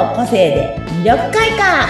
の個性で魅力開花。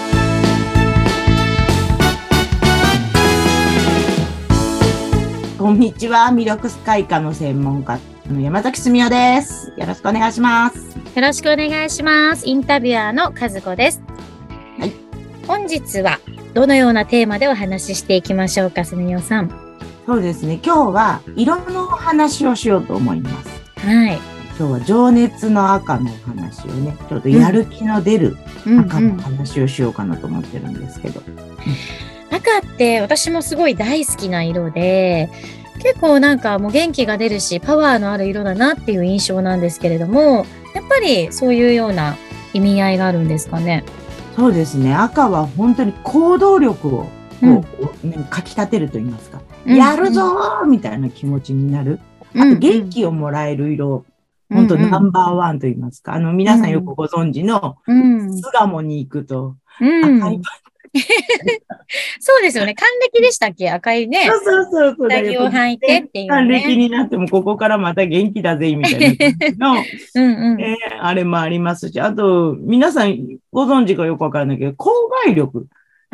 こんにちは。魅力開花の専門家の山崎澄夫です。よろしくお願いします。 よろしくお願いします。インタビュアーの和子です。 はい。 本日はどのようなテーマでお話ししていきましょうか、澄夫さん。 そうですね。今日は色のお話をしようと思います。 はい。 今日は情熱の赤のお話をね、ちょっとやる気の出る赤の話をしようかなと思ってるんですけど。 赤って私もすごい大好きな色で、結構なんかもう元気が出るし、パワーのある色だなっていう印象なんですけれども、やっぱりそういうような意味合いがあるんですかね。 そうですね。赤は本当に行動力をかき立てると言いますか。やるぞーみたいな気持ちになる。あと元気をもらえる色。本当ナンバーワンと言いますか。皆さんよくご存知の、巣鴨に行くと、赤いそうですよね。還暦でしたっけ？赤いね。 そう。 下着を履いてっていうね。 還暦になってもここからまた元気だぜ、みたいな感じの、あれもありますし、あと、皆さんご存知かよくわからないけど、購買力。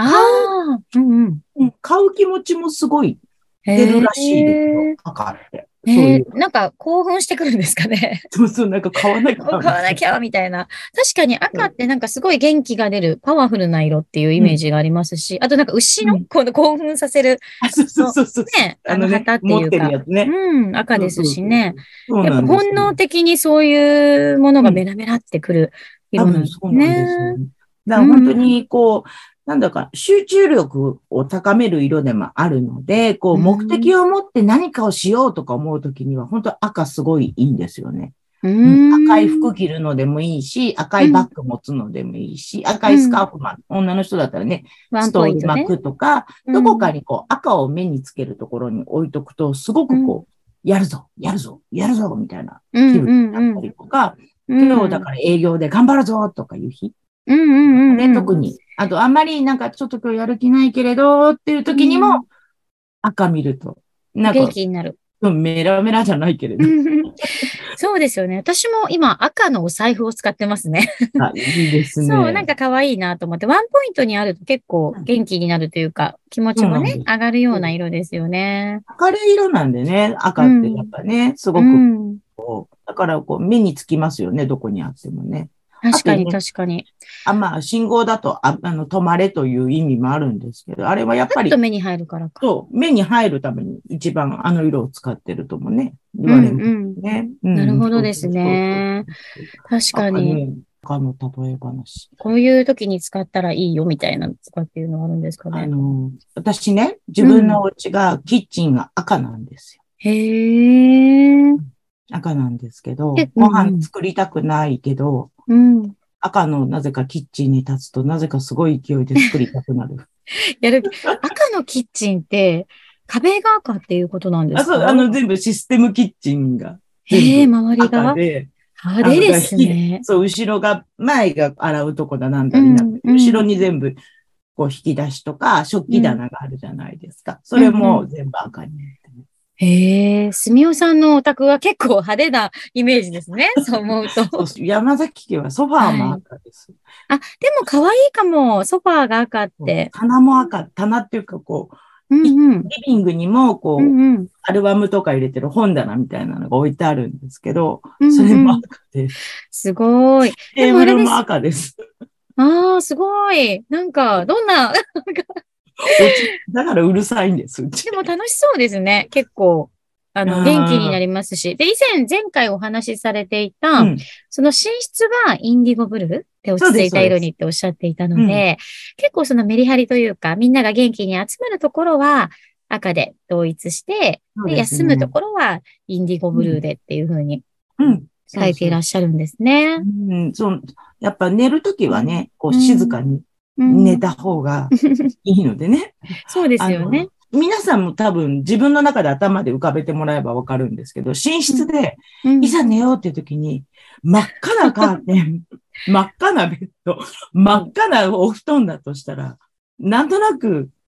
買う気持ちもすごい出るらしいですよ、赤って。 なんか興奮してくるんですかね。 そう、なんか買わなきゃみたいな。確かに赤ってなんかすごい元気が出るパワフルな色っていうイメージがありますし、あとなんか牛のこの興奮させる、 そう。 ね、旗っていうか、赤ですしね。やっぱ本能的にそういうものがメラメラってくる色なんですね。 そうなんですよ。だから本当になんだか集中力を高める色でもあるので、目的を持って何かをしようとか思うときには、本当赤すごいいいんですよね。赤い服着るのでもいいし、赤いバッグ持つのでもいいし、赤いスカーフ女の人だったらね、ストール巻くとか、どこかに赤を目につけるところに置いとくと、すごくやるぞ、みたいな気分だったりとか、今日だから営業で頑張るぞとかいう日。特に。あと、あんまりなんかちょっと今日やる気ないけれどっていう時にも、赤見ると。なんか、 元気になる。 メラメラじゃないけれど。 そうですよね。私も今赤のお財布を使ってますね。 いいですね。 そう、なんか可愛いなと思って、ワンポイントにあると結構元気になるというか、気持ちもね、上がるような色ですよね。 明るい色なんでね、赤ってやっぱね、すごく、だから目につきますよね、どこにあってもね。 確かに。 信号だと、止まれという意味もあるんですけど、あれはやっぱり。 ちょっと目に入るからか。 そう、目に入るために一番あの色を使ってるともね、言われますね。 なるほどですね。確かに。 赤の例え話。 こういう時に使ったらいいよみたいなとかっていうのがあるんですかね。 私ね、自分のお家が、キッチンが赤なんですよ。 へー。 赤なんですけど、ご飯作りたくないけど、赤のなぜかキッチンに立つと、なぜかすごい勢いで作りたくなる。 赤のキッチンって、壁が赤っていうことなんですか？ 全部システムキッチンが。 周りが赤で。 派手ですね。 そう、後ろが、前が洗うとこだなんだりなんだ、後ろに全部、引き出しとか、食器棚があるじゃないですか。それも全部赤になってます。 澄夫さんのお宅は結構派手なイメージですね。そう思うと。 山崎家はソファーも赤です。 でも可愛いかも。ソファーが赤って。 棚も赤、棚っていうかリビングにもアルバムとか入れてる本棚みたいなのが置いてあるんですけど、それも赤です。 すごい。 テーブルも赤です。 すごい。なんか、どんな、 だからうるさいんです。 でも楽しそうですね。結構、元気になりますし。で、前回お話しされていた、その寝室がインディゴブルーって落ち着いた色にっておっしゃっていたので、結構そのメリハリというか、みんなが元気に集まるところは赤で統一して、で休むところはインディゴブルーでっていう風に書いていらっしゃるんですね。 やっぱ寝るときはね、静かに寝た方がいいのでね。 そうですよね。 皆さんも多分自分の中で頭で浮かべてもらえばわかるんですけど、寝室でいざ寝ようっていうときに、真っ赤なカーテン、真っ赤なベッド、真っ赤なお布団だとしたら、なんとなく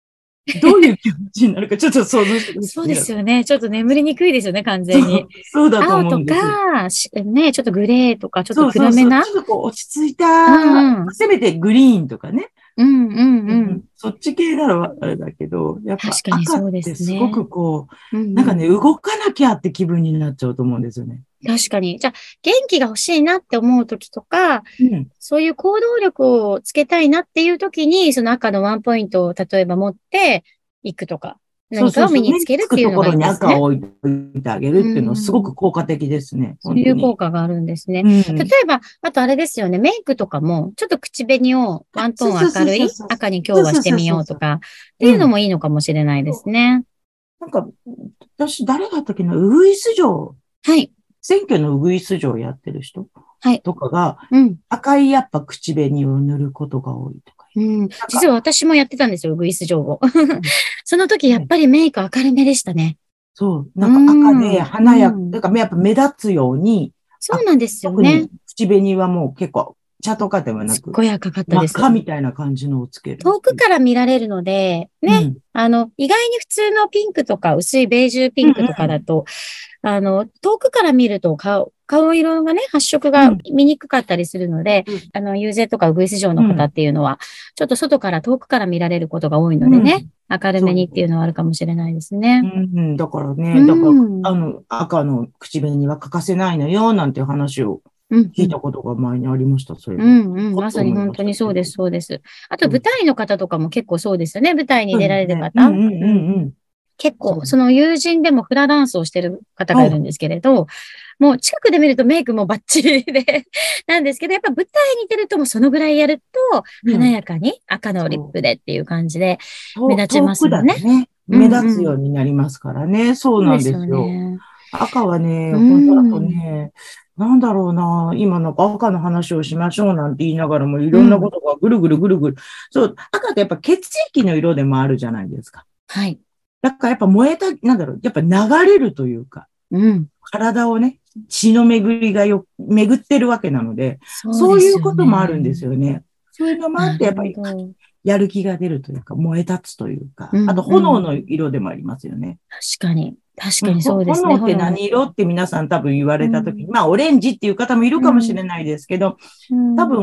どういう気持ちになるかちょっと想像してほしい。 そうですよね。ちょっと眠りにくいですよね、完全に。 そうだと思青とうんですよ。 か、ね、ちょっとグレーとか、ちょっとそうそうそう。 暗めな。 ちょっとこう落ち着いうんうん。 た、せめてグリーンとかね。 うんうんうん。 そっち系ならあれだけど、やっぱ確かに赤っそうでてすごすね。 くこう、 うんうん。 なんかね、動かなきゃって気分になっちゃうと思うんですよね。 確かに。じゃあ、元気が欲しいなって思うときとか、 うん。 そういう行動力をつけたいなっていうときに、その赤のワンポイントを例えば持っていくとか、何かを身そうそうそう。目ににつけるつくところっていうのがいいんですね。 に赤を置いてあげるうっていうのはすごん。 く効果的ですね。 そういう効本当に。 果があるんですね。 うん。 例えば、あとあれですよね、メイクとかも、ちょっと口紅をワントそうそうーン明るそうそうそう。 い赤に今日そうそうはしてみそうそうそう。 ようとか、っていうのうん。 もいいのかもしれないでそうすね。 なんか、私、誰だったっけな、ウグイス嬢、 はい。 選挙のウグイス嬢をやってる人はい。 とかが、 うん。 赤いやっぱ口紅を塗ることが多いとか。 うん。 なんか、 実は私もやってたんですよ、ウグイス嬢を。 うん、 その時やっね、 ぱりメイク明るめでしたね。 そう、 うなんか赤でん。う華やか、だん。 からやっぱ目立つように、 そうなんですよね。 特に口紅はもう結構、茶とかではなすっく、 ごい赤かった真っです。 赤みたいな感じのをつけるっていう。 遠くから見られるので、ね、 うん。 意外に普通のピンクとか薄いベージュピうんンクとかだと、遠くから見ると顔色がね、発色がうん。 見にくかったりするので、 うん。 遊説とかウグイス嬢の方うん。 っていうのは、ちょっと外から遠くから見られることが多いのでね、 うん。 明るめにっていうそう。 のはあるかもしれないですうね。 ん。だからうね、だから、 ん。 赤の口紅は欠かせないのよ、なんていう話をうん、うん。 聞いたことが前にありました、そういえば。 うんうん。 かまさに本と思いましたけど。 当にそうです、そうです。あと、舞そう台の方とかも結構そうですよね。舞台にそう出られるですね。うん方。 うんうん。 うんうん。 結構、 そう。 その友人でもフラダンスをしてる方がいるんそですけれど、もう近くで見るとメイクもバッチリでなんですけど、やっぱ舞台に出るともうそのぐらいやると、 う。う華ん。 やかに赤のリッそう。 プでっていう感じで目立ち遠くますもんね。 だとね、 うん目立つうん。 ようになりますからね。そうなんそうですよですよ。 ね。 赤はね、 う本当だとん。 ね、なんだろうな、今なんか赤の話をしましょうなんて言いながらもいろんなこうん。 とがぐるぐるぐるぐる。そう、赤ってやっぱ血液の色でもあるじゃないですか。 はい。 だからやっぱ燃えた、なんだろう、やっぱ流れるというか、 うん。 体をね、血の巡りが巡ってるわけなので、そういうそうですよこともあるんですね。 よね。そういうのもあって、やなるっぱりほど。 やる気が出るというか、燃え立つというか、あとうんうん。 炎の色でもありますよね。 確かに。確かにうん、 そうですね。 炎って炎の。 何色って皆さん多分言わうん。 れたときに、まあオレンジっていう方もいるかもしうん。 れないですけど、 うん。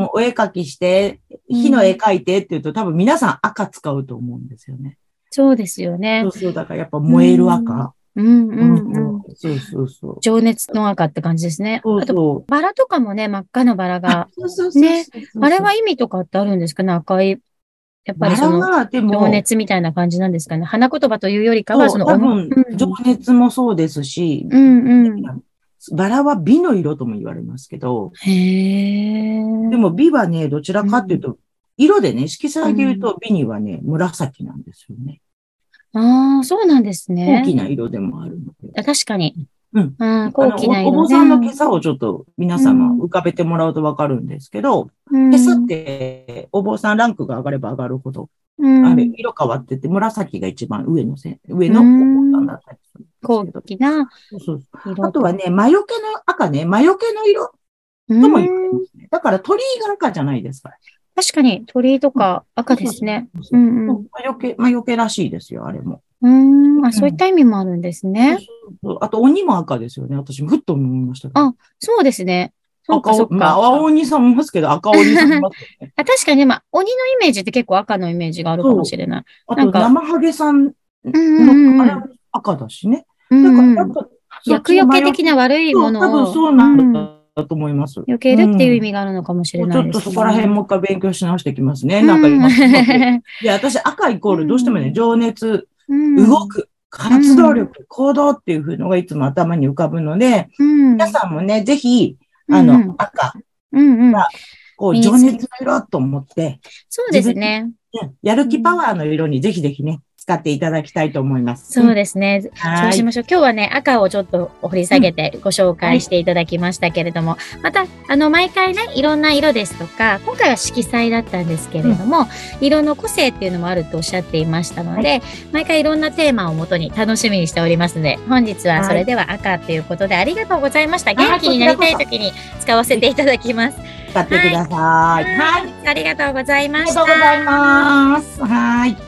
多分お絵描きして、火の絵うん。 描いてっていうと多分皆さん赤使うと思うんですよね。 そうですよね。 そうそう、だからやっぱう燃えるん。 赤。 うんううん、 んうん。 そうそうそう。 情熱の赤って感じですね。 そうあと、 そう。 バラとかもね、真っ赤なバラあ、 が。 そうそうそうね。 そうそうあれそう。 は意味とかってあるんですかね、赤い。やっぱりその、 バラは、で情も、 熱みたいな感じなんですかね。花言葉というよりかは、 そう、 その、う多分、情ん。 熱もそうですし、 うんうん。 バラは美の色とも言われますけど、 へえ。 でも美はね、どちらうん。 かっていうと、色でね、色彩で言ううん。 と美にはね、紫なんですよね。 ああ、そうなんですね。 高貴な色でもあるので。 あ、確かに。 うん。 うん、高貴なお色ね。 坊さんの今朝をちょっと皆様うん。 浮かべてもらうとわかるんですけど、 う今朝っん。 てお坊さんランクが上がれば上がるほど、 うあれ、 ん。 色変わってて、紫が一番上うのお坊さんん。 だったりするんです高けど。 貴なそうそう。あ色と。 とはね、魔除けの赤ね、魔除けの色うとも言われまん。 すね。だから鳥居が赤じゃないですから。 確かに鳥居とうん。 か赤そうそうそうですね。 そうそう。 うんうん。 魔除けらしいですよ、あれも。 あ、そういっうん。 た意味もあるんですね。 そうそうそう。あと、鬼も赤ですよね。私もふっと思いましたけど。 あ、そうですね。そうか、そまあ、 っか。 青鬼さんもいますけど、赤鬼さんもいますよね。 あ、確かに、まあ、鬼のイメージって結構赤のイメージがあるかもそう。 しれない。 あと、 なんか、 生ハゲさんうんの、あれはうんうんうん。 赤だしね。 うだから、 んうん。 やっぱ、そっち厄除けの魔除け、 的な悪いもそう、多分のを、 そうなんだと思います。 避けうるっていう意ん。 味があるのかもしれちょっとないですそこら辺ね。 もう一回勉強し直してきますね。 うなんか今、うまく。 ん。 いや、私赤イコうールどうしてもね、 ん。 情熱、 うん。 動く、 うん。 活動力、行動っていうのがいつも頭に浮かぶので、 うん。 皆さんもね、ぜひ、 うん。うん。 赤うんうん。 は、こう、 身につけ。 情熱の色と思って、 そうで自分、 すね。 やる気パうん。 ワーの色にぜひぜひね、使っていただきたいと思います。うそうん。 ですね。そうはーい。 しましょう。今日はね、赤をちょっと掘り下うん。 げてご紹はい。 介していただきましたけれども、また、毎回ね、いろんな色ですとか、今回は色彩だったんですけうん。 れども、色の個性っていうのもあるとおっしゃっていましたのはい。 で、毎回いろんなテーマをもとに楽しみにしておりますので、本日はそはい。 れでは赤ということでありがとうございました。元はい、こ気になりちらこそ、 たい時に使わせぜひていただきます。 使ってくはい。 ださい。 はい。 はい。 本日ありがとうございありがました。 とうございます。はい。